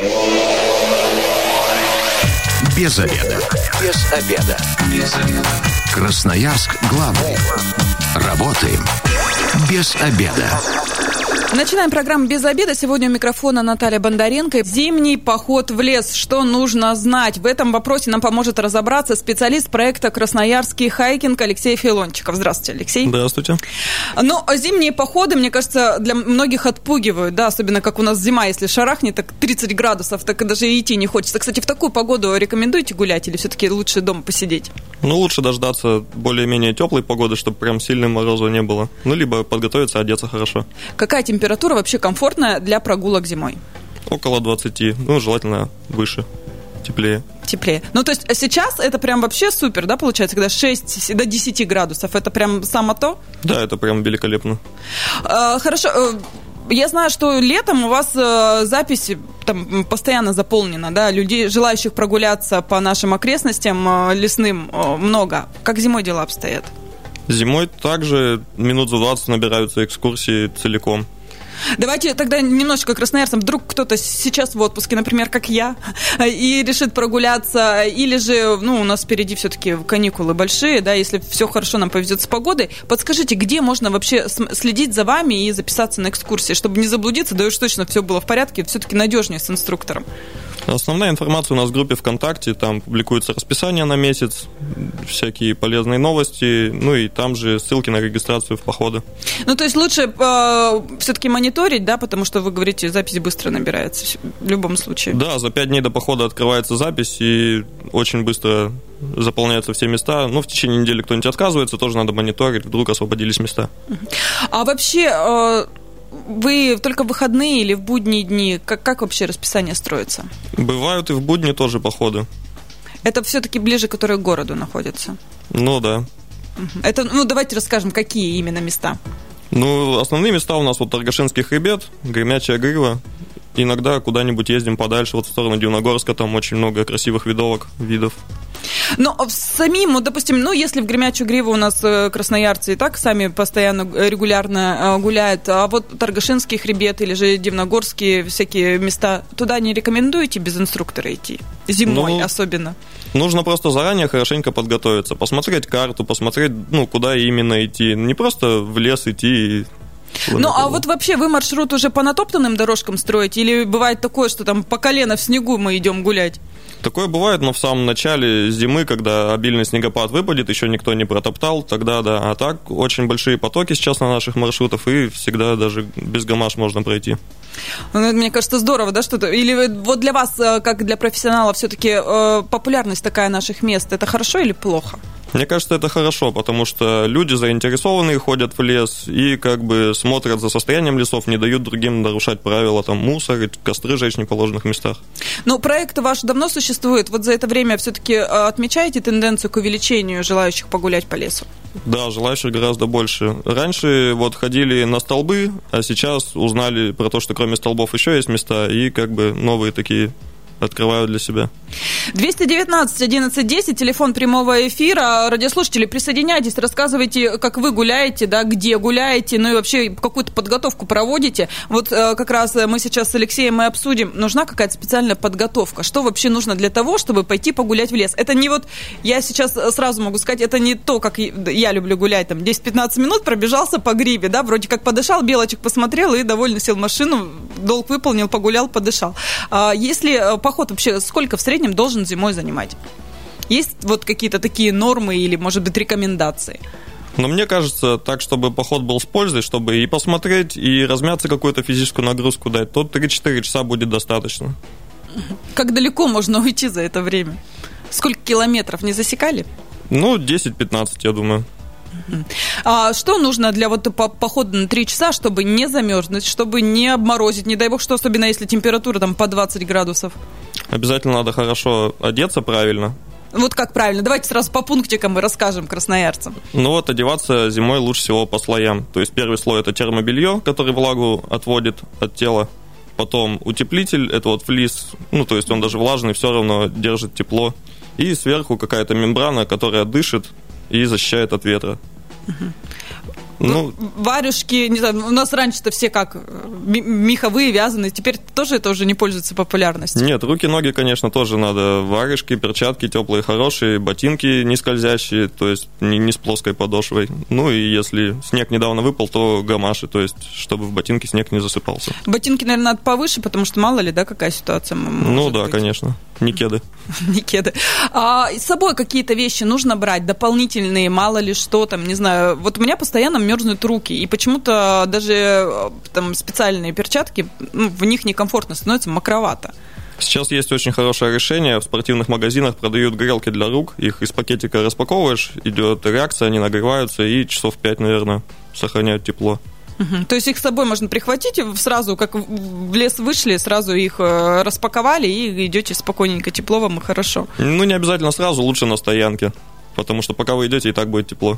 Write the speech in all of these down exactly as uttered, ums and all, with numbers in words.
Без обеда. Без обеда. Без обеда. Красноярск главный. Работаем без обеда. Начинаем программу «Без обеда». Сегодня у микрофона Наталья Бондаренко. Зимний поход в лес. Что нужно знать? В этом вопросе нам поможет разобраться специалист проекта «Красноярский хайкинг» Алексей Филончиков. Здравствуйте, Алексей. Здравствуйте. Ну, зимние походы, мне кажется, для многих отпугивают, да, особенно как у нас зима, если шарахнет, так тридцать градусов, так даже и идти не хочется. Кстати, в такую погоду рекомендуете гулять или все-таки лучше дома посидеть? Ну, лучше дождаться более-менее теплой погоды, чтобы прям сильным мороза не было. Ну, либо подготовиться, одеться хорошо. Какая температура? Температура вообще комфортная для прогулок зимой? Около двадцати, ну, желательно выше, теплее. Теплее. Ну, то есть сейчас это прям вообще супер, да, получается, когда шесть до десяти градусов, это прям само то? Да, это прям великолепно. А, хорошо. Я знаю, что летом у вас э, запись там постоянно заполнена, да, людей, желающих прогуляться по нашим окрестностям э, лесным э, много. Как зимой дела обстоят? Зимой также минут за двадцать набираются экскурсии целиком. Давайте тогда немножечко красноярцам. Вдруг кто-то сейчас в отпуске, например, как я, и решит прогуляться, или же, ну, у нас впереди все-таки каникулы большие, да, если все хорошо нам повезет с погодой. Подскажите, где можно вообще следить за вами и записаться на экскурсии, чтобы не заблудиться, да уж точно все было в порядке, все-таки надежнее с инструктором? Основная информация у нас в группе ВКонтакте, там публикуется расписание на месяц, всякие полезные новости, ну и там же ссылки на регистрацию в походы. Ну, то есть лучше э, все-таки мониторить, да, потому что вы говорите, запись быстро набирается в любом случае. Да, за пять дней до похода открывается запись и очень быстро заполняются все места. Ну, в течение недели кто-нибудь отказывается, тоже надо мониторить, вдруг освободились места. А вообще... Э, Вы только в выходные или в будние дни? Как, как вообще расписание строится? Бывают и в будни тоже походы. Это все-таки ближе, которые к городу находятся? Ну, да. Это, ну, давайте расскажем, какие именно места. Ну, основные места у нас вот Торгашинский хребет, Гремячая Грива. Иногда куда-нибудь ездим подальше, вот в сторону Дивногорска, там очень много красивых видовок, видов. Но самим, допустим, ну, если в Гремячую Гриву у нас красноярцы и так сами постоянно, регулярно гуляют, а вот Торгашинский хребет или же Дивногорские всякие места, туда не рекомендуете без инструктора идти? Зимой ну, особенно? Нужно просто заранее хорошенько подготовиться, посмотреть карту, посмотреть, ну, куда именно идти. Не просто в лес идти и... Ну, а вот вообще вы маршрут уже по натоптанным дорожкам строите? Или бывает такое, что там по колено в снегу мы идем гулять? Такое бывает, но в самом начале зимы, когда обильный снегопад выпадет, еще никто не протоптал, тогда да. А так очень большие потоки сейчас на наших маршрутах, и всегда даже без гамаш можно пройти. Ну, мне кажется, здорово, да, что-то. Или вот для вас, как для профессионала, все-таки популярность такая наших мест, это хорошо или плохо? Мне кажется, это хорошо, потому что люди заинтересованные ходят в лес и как бы смотрят за состоянием лесов, не дают другим нарушать правила, там, мусорить, костры жечь в неположенных местах. Ну, проект ваш давно существует. Вот за это время все-таки отмечаете тенденцию к увеличению желающих погулять по лесу? Да, желающих гораздо больше. Раньше вот ходили на столбы, а сейчас узнали про то, что кроме столбов еще есть места, и как бы новые такие открываю для себя. двести девятнадцать одиннадцать десять, телефон прямого эфира. Радиослушатели, присоединяйтесь, рассказывайте, как вы гуляете, да, где гуляете, ну и вообще какую-то подготовку проводите. Вот э, как раз мы сейчас с Алексеем и обсудим, нужна какая-то специальная подготовка. Что вообще нужно для того, чтобы пойти погулять в лес? Это не вот, я сейчас сразу могу сказать, это не то, как я люблю гулять, там, десять-пятнадцать минут пробежался по гриве, да, вроде как подышал, белочек посмотрел и довольно сел в машину, долг выполнил, погулял, подышал. А если поход вообще сколько в среднем должен зимой занимать? Есть вот какие-то такие нормы или, может быть, рекомендации? Но мне кажется, так, чтобы поход был с пользой, чтобы и посмотреть, и размяться, какую-то физическую нагрузку дать, то три-четыре часа будет достаточно. Как далеко можно уйти за это время? Сколько километров, не засекали? Ну, десять-пятнадцать, я думаю. А что нужно для вот похода на три часа, чтобы не замерзнуть, чтобы не обморозить, не дай бог, что особенно если температура там по двадцать градусов? Обязательно надо хорошо одеться правильно. Вот как правильно? Давайте сразу по пунктикам мы расскажем красноярцам. Ну вот, одеваться зимой лучше всего по слоям. То есть первый слой – это термобелье, который влагу отводит от тела. Потом утеплитель – это вот флис, ну то есть он даже влажный, все равно держит тепло. И сверху какая-то мембрана, которая дышит и защищает от ветра. Ну, варежки, не знаю, у нас раньше-то все как, меховые, вязаные, теперь тоже это уже не пользуется популярностью. Нет, руки, ноги, конечно, тоже надо. Варежки, перчатки теплые, хорошие, ботинки не скользящие, то есть не, не с плоской подошвой. Ну и если снег недавно выпал, то гамаши, то есть чтобы в ботинки снег не засыпался. Ботинки, наверное, надо повыше, потому что мало ли, да, какая ситуация может Ну да, быть. Конечно, не кеды. Не кеды. А с собой какие-то вещи нужно брать, дополнительные, мало ли что там, не знаю. Вот у меня постоянно мерзнут руки, и почему-то даже там специальные перчатки, ну, в них некомфортно становится, мокровато. Сейчас есть очень хорошее решение. В спортивных магазинах продают грелки для рук. Их из пакетика распаковываешь, идет реакция, они нагреваются и часов пять, наверное, сохраняют тепло. Угу. То есть их с собой можно прихватить, сразу, как в лес вышли, сразу их распаковали, и идете спокойненько, тепло вам и хорошо. Ну, не обязательно сразу, лучше на стоянке, потому что пока вы идете, и так будет тепло.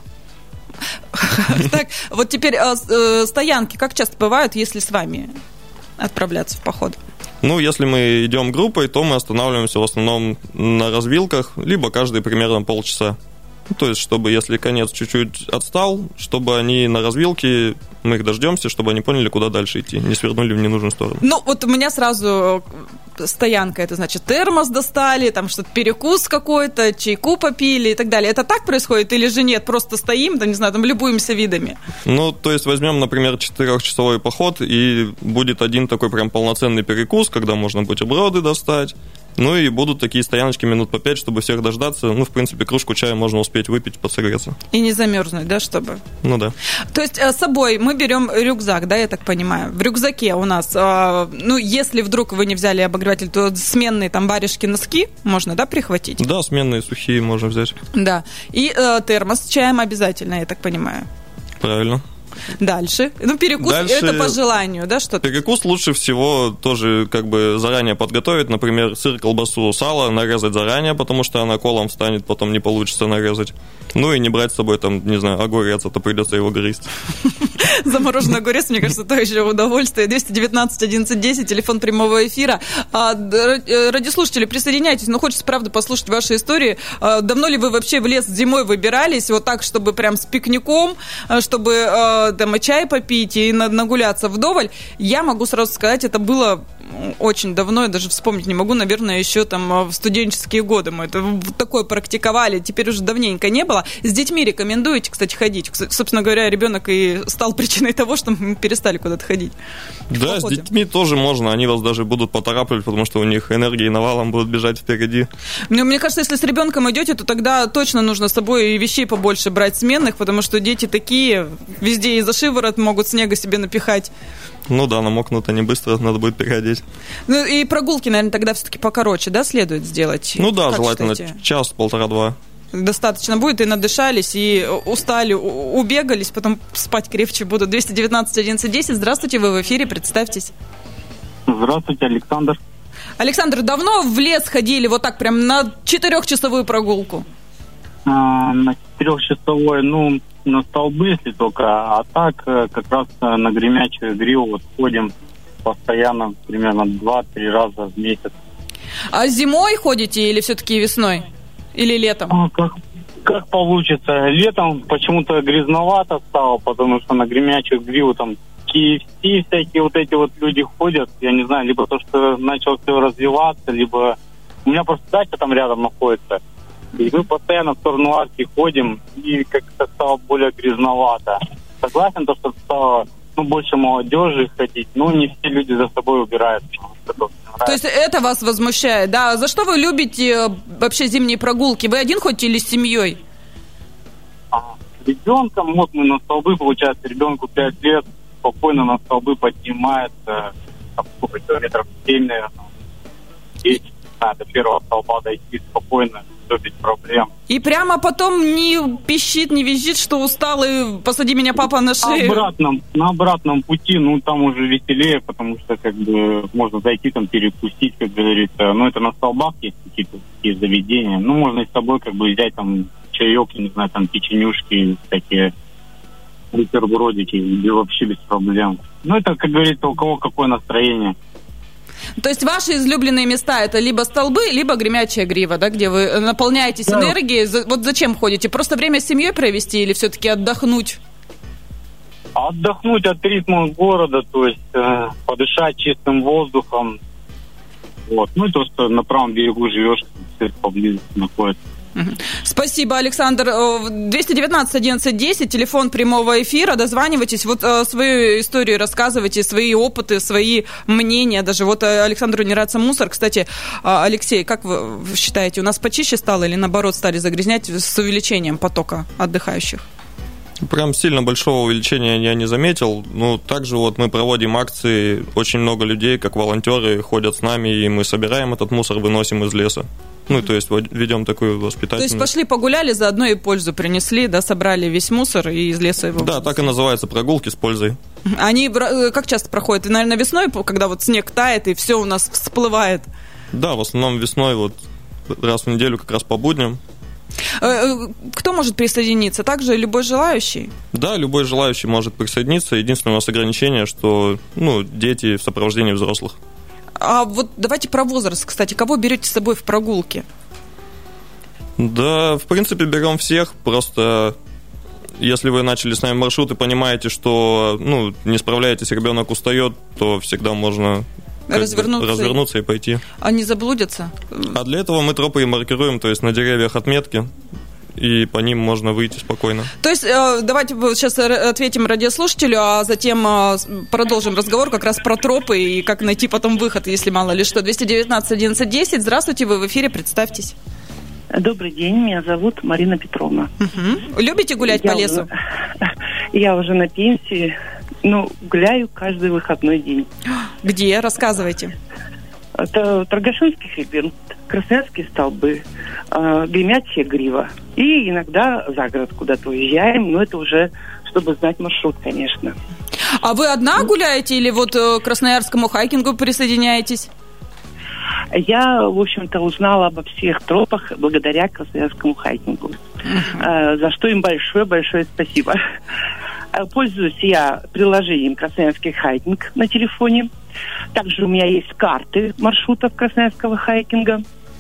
Так, вот теперь стоянки как часто бывают, если с вами отправляться в поход? Ну, если мы идем группой, то мы останавливаемся в основном на развилках, либо каждые примерно полчаса. То есть, чтобы, если конец чуть-чуть отстал, чтобы они на развилке, мы их дождемся, чтобы они поняли, куда дальше идти, не свернули в ненужную сторону. Ну, вот у меня сразу стоянка, это значит термос достали, там что-то перекус какой-то, чайку попили и так далее. Это так происходит или же нет? Просто стоим, там, не знаю, там любуемся видами? Ну, то есть, возьмем, например, четырехчасовой поход, и будет один такой прям полноценный перекус, когда можно бутерброды достать. Ну и будут такие стояночки минут по пять, чтобы всех дождаться. Ну, в принципе, кружку чая можно успеть выпить, подсогреться. И не замерзнуть, да, чтобы? Ну да. То есть с собой мы берем рюкзак, да, я так понимаю. В рюкзаке у нас, ну, если вдруг вы не взяли обогреватель, то сменные там варежки, носки можно, да, прихватить? Да, сменные, сухие можно взять. Да. И э, термос с чаем обязательно, я так понимаю. Правильно. Дальше. Ну, перекус, Дальше это по желанию, да, что-то? Перекус лучше всего тоже как бы заранее подготовить. Например, сыр, колбасу, сало нарезать заранее, потому что она колом встанет, потом не получится нарезать. Ну и не брать с собой там, не знаю, огурец, а то придется его грызть. Замороженный огурец, мне кажется, то еще удовольствие. двести девятнадцать одиннадцать десять, телефон прямого эфира. Радиослушатели, присоединяйтесь, но хочется, правда, послушать ваши истории. Давно ли вы вообще в лес зимой выбирались, вот так, чтобы прям с пикником, чтобы там и чай попить, и нагуляться вдоволь? Я могу сразу сказать, это было очень давно, я даже вспомнить не могу, наверное, еще там в студенческие годы мы это такое практиковали, теперь уже давненько не было. С детьми рекомендуете, кстати, ходить? Собственно говоря, ребенок и стал причиной того, что мы перестали куда-то ходить. Да, с детьми тоже можно, они вас даже будут поторапливать, потому что у них энергии навалом будут бежать впереди. Мне, мне кажется, если с ребенком идете, то тогда точно нужно с собой вещей побольше брать сменных, потому что дети такие, везде и за шиворот могут снега себе напихать. Ну да, намокнут они быстро, надо будет переодеть. Ну и прогулки, наверное, тогда все-таки покороче, да, следует сделать? Ну да, как желательно считаете? час, полтора-два. Достаточно будет, и надышались, и устали, убегались, потом спать крепче будут. двести девятнадцать одиннадцать десять, здравствуйте, вы в эфире, представьтесь. Здравствуйте, Александр. Александр, давно в лес ходили вот так прям на четырехчасовую прогулку? А, на четырехчасовой, ну, на столбы, если только, а так как раз на гремячую гриву вот ходим постоянно, примерно два-три раза в месяц. А зимой ходите или все-таки весной? Или летом? А, как, как получится. Летом почему-то грязновато стало, потому что на гремячую гриву там кей эф си всякие вот эти вот люди ходят. Я не знаю, либо то, что начало все развиваться, либо... У меня просто дача там рядом находится. И мы постоянно в сторону арки ходим, и как-то стало более грязновато. Согласен, то, что стало ну, больше молодежи ходить, но не все люди за собой убирают. То есть это вас возмущает, да? За что вы любите вообще зимние прогулки? Вы один ходите или с семьей? А, с ребенком, вот мы на столбы, получается, ребенку пять лет, спокойно на столбы поднимается, там, сколько километров, семь, наверное, десять, до первого столба дойти спокойно, все без проблем. И прямо потом не пищит, не визжит, что устал, и посади меня, папа, на шею. На обратном, на обратном пути, ну, там уже веселее, потому что, как бы, можно зайти там перекусить, как говорится. Ну, это на столбах есть какие-то такие заведения. Ну, можно и с собой, как бы, взять там чаек, не знаю, там печенюшки, такие бутербродики, и вообще без проблем. Ну, это, как говорится, у кого какое настроение. То есть ваши излюбленные места это либо столбы, либо гремячая грива, да, где вы наполняетесь да. энергией. Вот зачем ходите? Просто время с семьей провести или все-таки отдохнуть? Отдохнуть от ритма города, то есть э, подышать чистым воздухом. Вот. Ну и то, что на правом берегу живешь, все поблизости находится. Спасибо, Александр. двести девятнадцать одиннадцать десять, телефон прямого эфира. Дозванивайтесь, вот свою историю рассказывайте, свои опыты, свои мнения. Даже вот Александру не нравится мусор. Кстати, Алексей, как вы считаете, у нас почище стало или наоборот стали загрязнять с увеличением потока отдыхающих? Прям сильно большого увеличения я не заметил. Ну, также вот мы проводим акции, очень много людей, как волонтеры, ходят с нами, и мы собираем этот мусор, выносим из леса. Ну, то есть ведем такую воспитательную... То есть пошли погуляли, заодно и пользу принесли, да, собрали весь мусор и из леса его... Да, так и называется, прогулки с пользой. Они как часто проходят? И, наверное, весной, когда вот снег тает, и все у нас всплывает? Да, в основном весной, вот раз в неделю, как раз по будням. Кто может присоединиться? Также любой желающий? Да, любой желающий может присоединиться. Единственное у нас ограничение, что ну, дети в сопровождении взрослых. А вот давайте про возраст, кстати. Кого берете с собой в прогулки? Да, в принципе, берем всех. Просто если вы начали с нами маршрут и понимаете, что ну, не справляетесь, ребенок устает, то всегда можно... Развернуться, развернуться и пойти. А не заблудятся? А для этого мы тропы и маркируем, то есть на деревьях отметки, и по ним можно выйти спокойно. То есть давайте сейчас ответим радиослушателю, а затем продолжим разговор как раз про тропы и как найти потом выход, если мало ли что. двести девятнадцать одиннадцать десять, здравствуйте, вы в эфире, представьтесь. Добрый день, меня зовут Марина Петровна. Угу. Любите гулять я по лесу? Уже, я уже на пенсии. Ну, гуляю каждый выходной день. Где? Рассказывайте. Это Торгашинский хребет, Красноярские столбы, э, Гремячая грива. И иногда за город куда-то уезжаем, но это уже, чтобы знать маршрут, конечно. А вы одна гуляете или вот к красноярскому хайкингу присоединяетесь? Я, в общем-то, узнала обо всех тропах благодаря красноярскому хайкингу. Uh-huh. Э, за что им большое-большое спасибо. Пользуюсь я приложением «Красноярский хайкинг» на телефоне. Также у меня есть карты маршрутов красноярского хайкинга.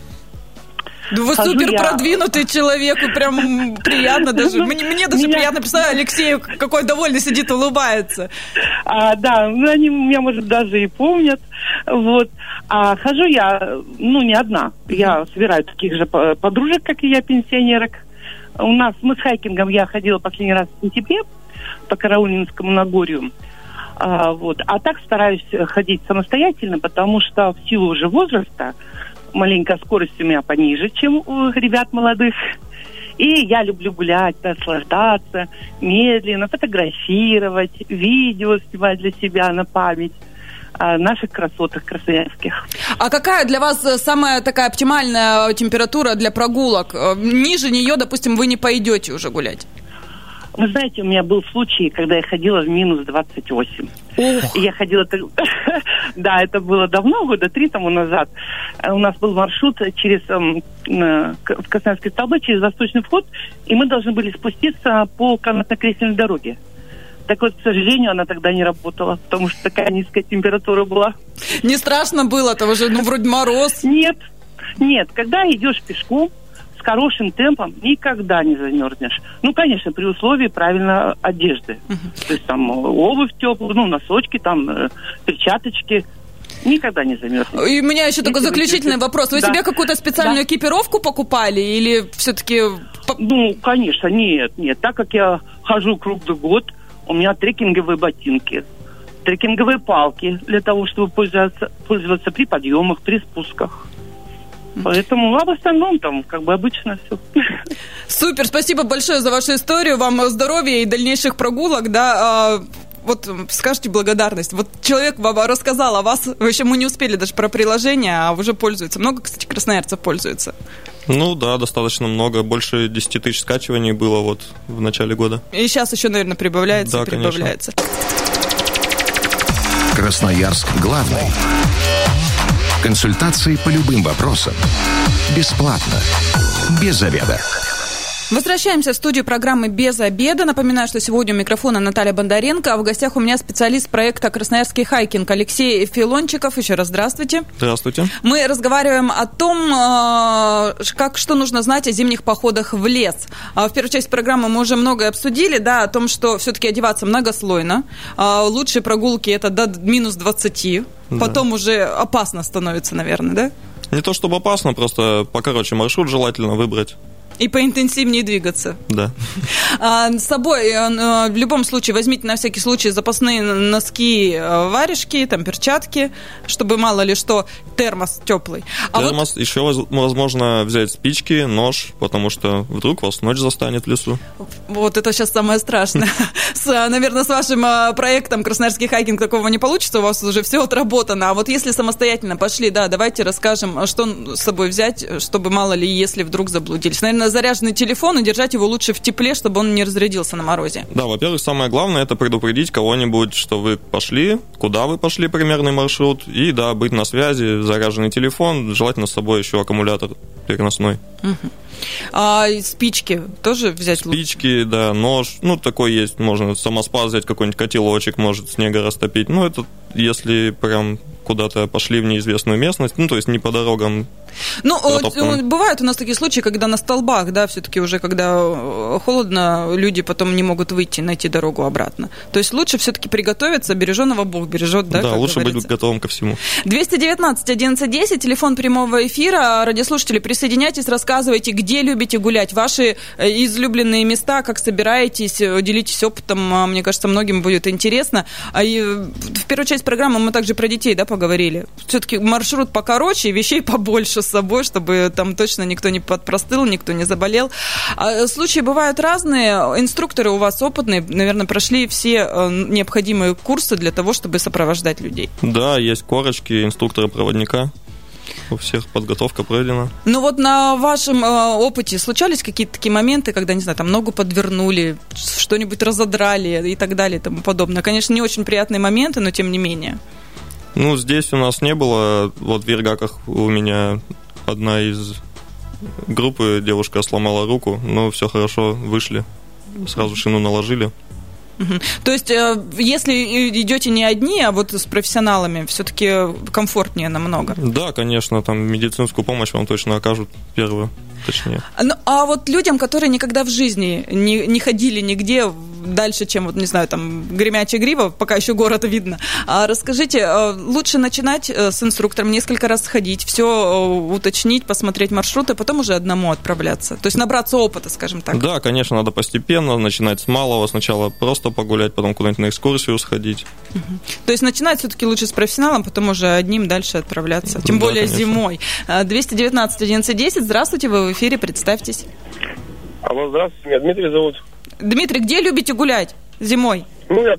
Да вы Хожу супер я... продвинутый человек, и прям приятно даже. Мне, мне даже меня... приятно представить Алексею, какой довольный сидит, улыбается. А, да, ну, они меня, может, даже и помнят. Вот. А хожу я, ну, не одна. Я собираю таких же подружек, как и я, пенсионерок. У нас, мы с хайкингом, я ходила последний раз в сентябре по Караулинскому Нагорью. А, вот. а так стараюсь ходить самостоятельно, потому что в силу уже возраста маленькая скорость у меня пониже, чем у ребят молодых. И я люблю гулять, наслаждаться, медленно фотографировать, видео снимать для себя на память о наших красотах красноярских. А какая для вас самая такая оптимальная температура для прогулок? Ниже нее, допустим, вы не пойдете уже гулять? Вы знаете, у меня был случай, когда я ходила в минус двадцать восемь. Ох. Я ходила... Да, это было давно, года три тому назад. У нас был маршрут через в Красноярские столбы, через Восточный вход, и мы должны были спуститься по канатно-кресельной дороге. Так вот, к сожалению, она тогда не работала, потому что такая низкая температура была. Не страшно было? Того же, ну, вроде мороз. Нет, нет. Когда идешь пешком, с хорошим темпом, никогда не замерзнешь. Ну, конечно, при условии правильной одежды. Uh-huh. То есть там обувь теплая, ну, носочки, там, перчаточки. Никогда не замерзнешь. И у меня еще такой заключительный вопрос. Вы да. себе какую-то специальную да. экипировку покупали или все-таки... Ну, конечно, нет, нет. Так как я хожу круглый год, у меня трекинговые ботинки, трекинговые палки для того, чтобы пользоваться, пользоваться при подъемах, при спусках. Поэтому, а в остальном там как бы обычно все. Супер, спасибо большое за вашу историю. Вам здоровья и дальнейших прогулок, да. Вот скажите благодарность. Вот человек вам рассказал о вас, вы еще мы не успели даже про приложение, а уже пользуется. Много, кстати, красноярцев пользуется. Ну да, достаточно много. Больше десять тысяч скачиваний было вот в начале года. И сейчас еще, наверное, прибавляется, да, прибавляется. Конечно. Красноярск главный. Консультации по любым вопросам. Бесплатно. Без заведа. Возвращаемся в студию программы «Без обеда». Напоминаю, что сегодня у микрофона Наталья Бондаренко, а в гостях у меня специалист проекта «Красноярский хайкинг» Алексей Филончиков. Еще раз здравствуйте. Здравствуйте. Мы разговариваем о том, как, что нужно знать о зимних походах в лес. В первой части программы мы уже многое обсудили, да, о том, что все-таки одеваться многослойно. Лучшие прогулки – это до минус двадцати. Да. Потом уже опасно становится, наверное, да? Не то чтобы опасно, просто покороче маршрут желательно выбрать. И поинтенсивнее двигаться. Да. А, с собой а, в любом случае возьмите на всякий случай запасные носки, варежки, там, перчатки, чтобы мало ли что, термос теплый. А термос, вот... еще возможно взять спички, нож, потому что вдруг вас ночь застанет в лесу. Вот это сейчас самое страшное. Наверное, с вашим проектом «Красноярский хайкинг» такого не получится, у вас уже все отработано. А вот если самостоятельно пошли, да, давайте расскажем, что с собой взять, чтобы мало ли, если вдруг заблудились. Наверное, заряженный телефон и держать его лучше в тепле, чтобы он не разрядился на морозе. Да, во-первых, самое главное – это предупредить кого-нибудь, что вы пошли, куда вы пошли, примерный маршрут, и, да, быть на связи, заряженный телефон, желательно с собой еще аккумулятор переносной. Угу. А спички тоже взять лучше? Спички, да, нож, ну, такой есть, можно самоспас взять, какой-нибудь котелочек, может снега растопить, ну, это если прям куда-то пошли в неизвестную местность, ну, то есть не по дорогам. Ну, бывают у нас такие случаи, когда на столбах, да, все-таки уже, когда холодно, люди потом не могут выйти, найти дорогу обратно. То есть лучше все-таки приготовиться, береженого Бог бережет, да? Да, лучше говорится. Быть готовым ко всему. двести девятнадцать одиннадцать десять, телефон прямого эфира. Радиослушатели, присоединяйтесь, рассказывайте, где любите гулять, ваши излюбленные места, как собираетесь, делитесь опытом, мне кажется, многим будет интересно. И в первую часть программы мы также про детей, да, поговорили. Все-таки маршрут покороче, вещей побольше с собой, чтобы там точно никто не подпростыл, никто не заболел. Случаи бывают разные. Инструкторы у вас опытные, наверное, прошли все необходимые курсы для того, чтобы сопровождать людей. Да, есть корочки инструктора-проводника. У всех подготовка пройдена. Ну вот на вашем э, опыте случались какие-то такие моменты, когда, не знаю, там ногу подвернули, что-нибудь разодрали и так далее и тому подобное? Конечно, не очень приятные моменты, но тем не менее. Ну, здесь у нас не было. Вот в Ергаках у меня одна из группы, девушка сломала руку, но все хорошо, вышли, сразу шину наложили. Угу. То есть, если идете не одни, а вот с профессионалами, все-таки комфортнее намного? Да, конечно, там медицинскую помощь вам точно окажут первую, точнее. Ну, а вот людям, которые никогда в жизни не, не ходили нигде дальше, чем, вот, не знаю, там, Гремячая Грива, пока еще город видно, а расскажите, лучше начинать с инструктором, несколько раз сходить, все уточнить, посмотреть маршруты, потом уже одному отправляться? То есть набраться опыта, скажем так? Да, конечно, надо постепенно, начинать с малого, сначала просто погулять, потом куда-нибудь на экскурсию сходить. Угу. То есть начинать все-таки лучше с профессионалом, потом уже одним дальше отправляться, тем да, более конечно. Зимой. двести девятнадцать одиннадцать десять, здравствуйте, вы в эфире, представьтесь. Алло, здравствуйте, меня Дмитрий зовут. Дмитрий, где любите гулять зимой? Ну, я,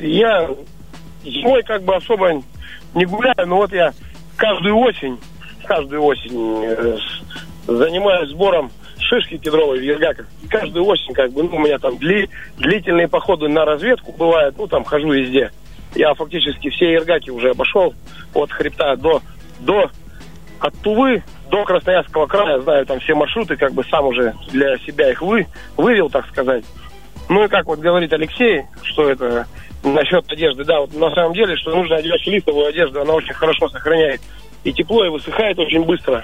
я зимой как бы особо не гуляю, но вот я каждую осень, каждую осень занимаюсь сбором шишки кедровой в Ергаках. Каждую осень как бы, ну, у меня там дли, длительные походы на разведку бывают, ну, там хожу везде. Я фактически все Ергаки уже обошел от хребта до, до от Тувы до Красноярского края, знаю там все маршруты, как бы сам уже для себя их вы, вывел, так сказать. Ну и как вот говорит Алексей, что это насчет одежды, да, вот на самом деле, что нужно одевать флисовую одежду, она очень хорошо сохраняет и тепло, и высыхает очень быстро.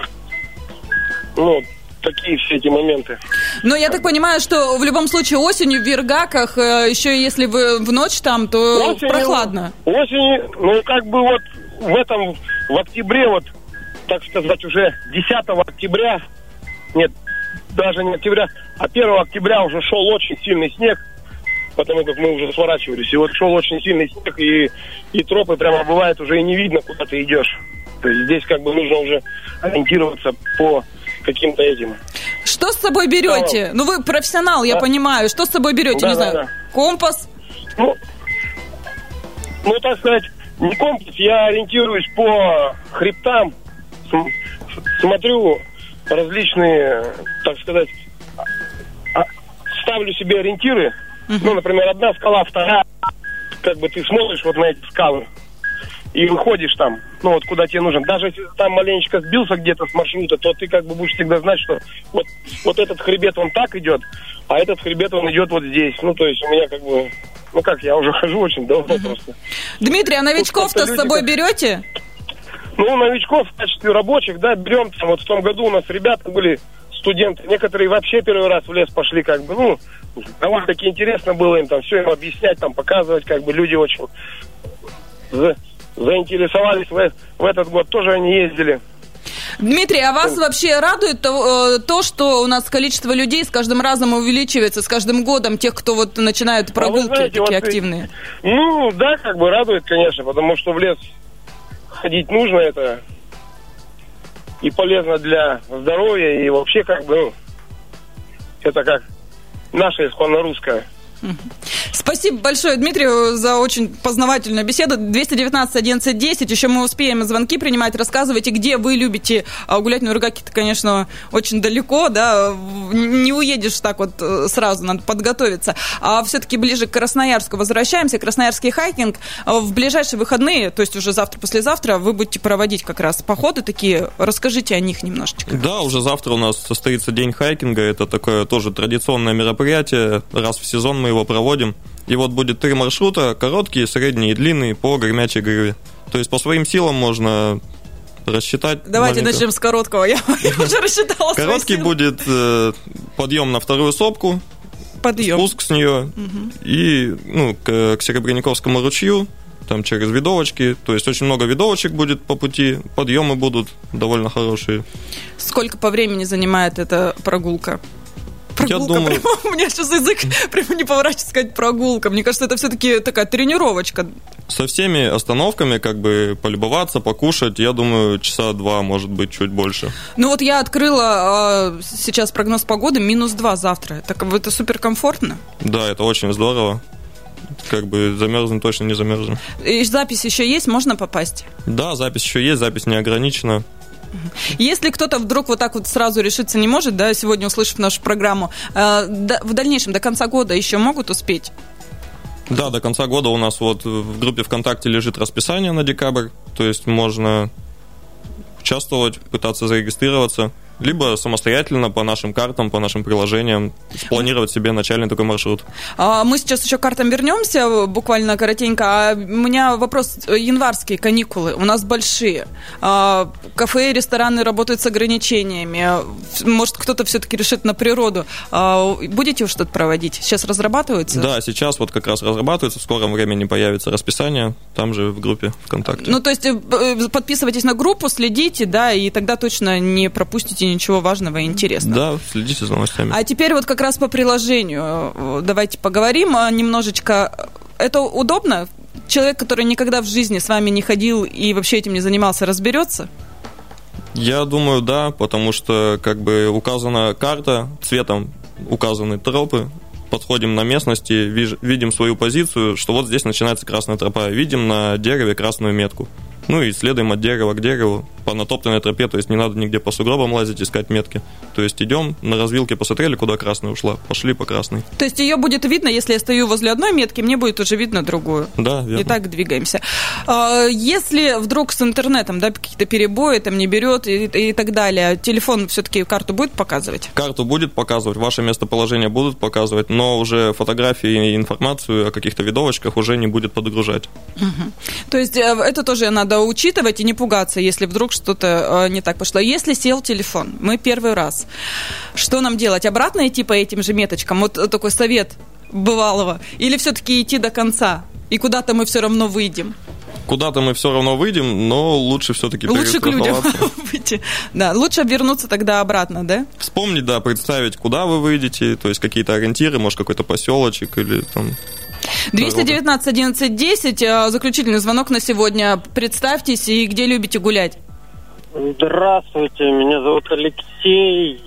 Ну, такие все эти моменты. Ну, я так понимаю, что в любом случае осенью в Ергаках, еще если вы в ночь там, то осенью, прохладно. Осенью, ну, как бы вот в этом, в октябре, вот, так сказать, уже десятого октября, нет, даже не октября, а первого октября уже шел очень сильный снег, потому как мы уже сворачивались. И вот шел очень сильный снег, и, и тропы прямо бывает уже и не видно, куда ты идешь. То есть здесь как бы нужно уже ориентироваться по каким-то этим. Что с собой берете? Да. Ну, вы профессионал, я да. понимаю. Что с собой берете? Да, не да, знаю, да. Компас? Ну, ну, так сказать, не компас, я ориентируюсь по хребтам, смотрю различные, так сказать, ставлю себе ориентиры. Uh-huh. Ну, например, одна скала, вторая, как бы ты смотришь вот на эти скалы. и выходишь там, ну вот куда тебе нужен. Даже если там маленечко сбился где-то с маршрута, то ты как бы будешь всегда знать, что вот, вот этот хребет он так идет, а этот хребет он идет вот здесь. Ну то есть у меня как бы, ну как, я уже хожу очень давно uh-huh. просто. Дмитрий, а новичков-то с собой как... берете? Ну, новичков в качестве рабочих, да, берем. Там, вот в том году у нас ребята были студенты, некоторые вообще первый раз в лес пошли, как бы, ну, довольно-таки интересно было им там все им объяснять, там показывать, как бы люди очень за, заинтересовались в, в этот год, тоже они ездили. Дмитрий, а вас вообще радует то, то, что у нас количество людей с каждым разом увеличивается, с каждым годом, тех, кто вот начинают прогулки а знаете, такие вот, активные? Ну, да, как бы радует, конечно, потому что в лес ходить нужно, это и полезно для здоровья, и вообще как бы, ну, это как наша исконно русская. Спасибо большое, Дмитрию, за очень познавательную беседу. двести девятнадцать одиннадцать десять. Еще мы успеем звонки принимать. Рассказывайте, где вы любите гулять. Ну, Иргаки-то, конечно, очень далеко, да. Не уедешь так вот сразу, надо подготовиться. А все-таки ближе к Красноярску возвращаемся. Красноярский хайкинг. В ближайшие выходные, то есть уже завтра-послезавтра, вы будете проводить как раз походы такие. Расскажите о них немножечко. Да, уже завтра у нас состоится день хайкинга. Это такое тоже традиционное мероприятие. Раз в сезон мы его проводим. И вот будет три маршрута, короткие, средние и длинные, по Гремячей Гриве. То есть по своим силам можно рассчитать. Давайте маленько. Начнем с короткого. Я, я уже рассчитала свои Короткий силы. будет э, подъем на вторую сопку, подъем. Спуск с нее угу. и ну, к, к Серебряниковскому ручью, там через видовочки. То есть очень много видовочек будет по пути, подъемы будут довольно хорошие. Сколько по времени занимает эта прогулка? Прогулка, я думаю... прямо, у меня сейчас язык прямо не поворачивается сказать прогулка. Мне кажется, это все-таки такая тренировочка. Со всеми остановками, как бы, полюбоваться, покушать, я думаю, часа два, может быть, чуть больше. Ну вот я открыла э, сейчас прогноз погоды, минус два завтра. Так это суперкомфортно? Да, это очень здорово. Как бы замерзнем, точно не замерзнем. И запись еще есть, можно попасть? Да, запись еще есть, запись не ограничена. Если кто-то вдруг вот так вот сразу решиться не может, да, сегодня услышав нашу программу, э, да, в дальнейшем, до конца года еще могут успеть? Да, до конца года у нас вот в группе ВКонтакте лежит расписание на декабрь, то есть можно участвовать, пытаться зарегистрироваться, либо самостоятельно по нашим картам, по нашим приложениям спланировать себе начальный такой маршрут. Мы сейчас еще к картам вернемся, буквально коротенько. А у меня вопрос. Январские каникулы у нас большие. Кафе и рестораны работают с ограничениями. Может, кто-то все-таки решит на природу. Будете вы что-то проводить? Сейчас разрабатывается? Да, сейчас вот как раз разрабатывается. В скором времени появится расписание. Там же в группе ВКонтакте. Ну, то есть подписывайтесь на группу, следите, да, и тогда точно не пропустите ничего важного и интересного. Да, следите за новостями. А теперь вот как раз по приложению давайте поговорим немножечко. Это удобно? Человек, который никогда в жизни с вами не ходил и вообще этим не занимался, разберется? Я думаю, да, потому что как бы указана карта, цветом указаны тропы, подходим на местности, видим свою позицию, что вот здесь начинается красная тропа, видим на дереве красную метку. Ну и следуем от дерева к дереву по натоптанной тропе, то есть не надо нигде по сугробам лазить, искать метки. То есть идем, на развилке посмотрели, куда красная ушла, пошли по красной. То есть ее будет видно, если я стою возле одной метки, мне будет уже видно другую. Да, верно. И так двигаемся. Если вдруг с интернетом, да, какие-то перебои, там не берет и, и так далее, телефон все-таки карту будет показывать? Карту будет показывать, ваше местоположение будут показывать, но уже фотографии и информацию о каких-то видовочках уже не будет подгружать. Угу. То есть это тоже надо учитывать и не пугаться, если вдруг что-то не так пошло. Если сел телефон, мы первый раз, что нам делать? Обратно идти по этим же меточкам? Вот такой совет бывалого. Или все-таки идти до конца? И куда-то мы все равно выйдем? Куда-то мы все равно выйдем, но лучше все-таки лучше к людям выйти. Да, лучше вернуться тогда обратно, да? Вспомнить, да, представить, куда вы выйдете, то есть какие-то ориентиры, может, какой-то поселочек или там... двести девятнадцать одиннадцать десять, заключительный звонок на сегодня. Представьтесь и где любите гулять. Здравствуйте, меня зовут Алексей.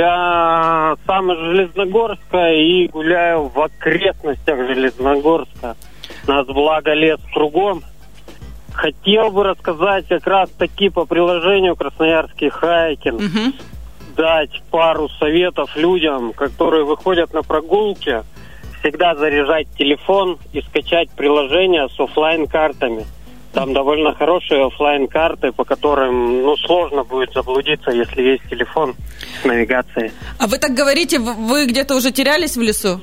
Я сам из Железногорска и гуляю в окрестностях Железногорска. Нас благо лес кругом. Хотел бы рассказать как раз таки по приложению «Красноярский хайкинг». Угу. Дать пару советов людям, которые выходят на прогулки. Всегда заряжать телефон и скачать приложение с офлайн-картами. Там довольно хорошие офлайн-карты, по которым, ну, сложно будет заблудиться, если есть телефон с навигацией. А вы так говорите, вы где-то уже терялись в лесу?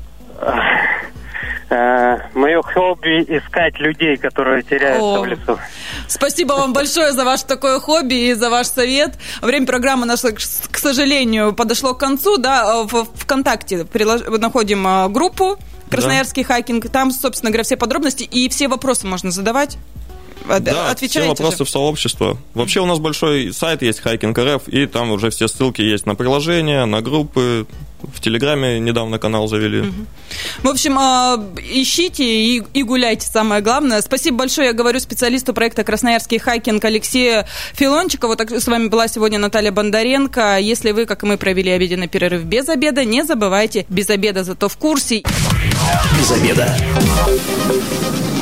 Мое хобби – искать людей, которые теряются О. в лесу. Спасибо вам большое за ваше такое хобби и за ваш совет. Время программы наше, к сожалению, подошло к концу. Да, в ВКонтакте прилож... находим группу «Красноярский да. хайкинг». Там, собственно говоря, все подробности и все вопросы можно задавать. Да, все вопросы же? В сообщество. Вообще у нас большой сайт есть хайкинг точка эр эф, и там уже все ссылки есть на приложения, на группы. В Телеграме недавно канал завели. Угу. В общем, ищите и, и гуляйте, самое главное. Спасибо большое, я говорю специалисту проекта «Красноярский хайкинг» Алексею Филончикову. Так, с вами была сегодня Наталья Бондаренко. Если вы, как и мы, провели обеденный перерыв без обеда, не забывайте, без обеда зато в курсе. Без обеда.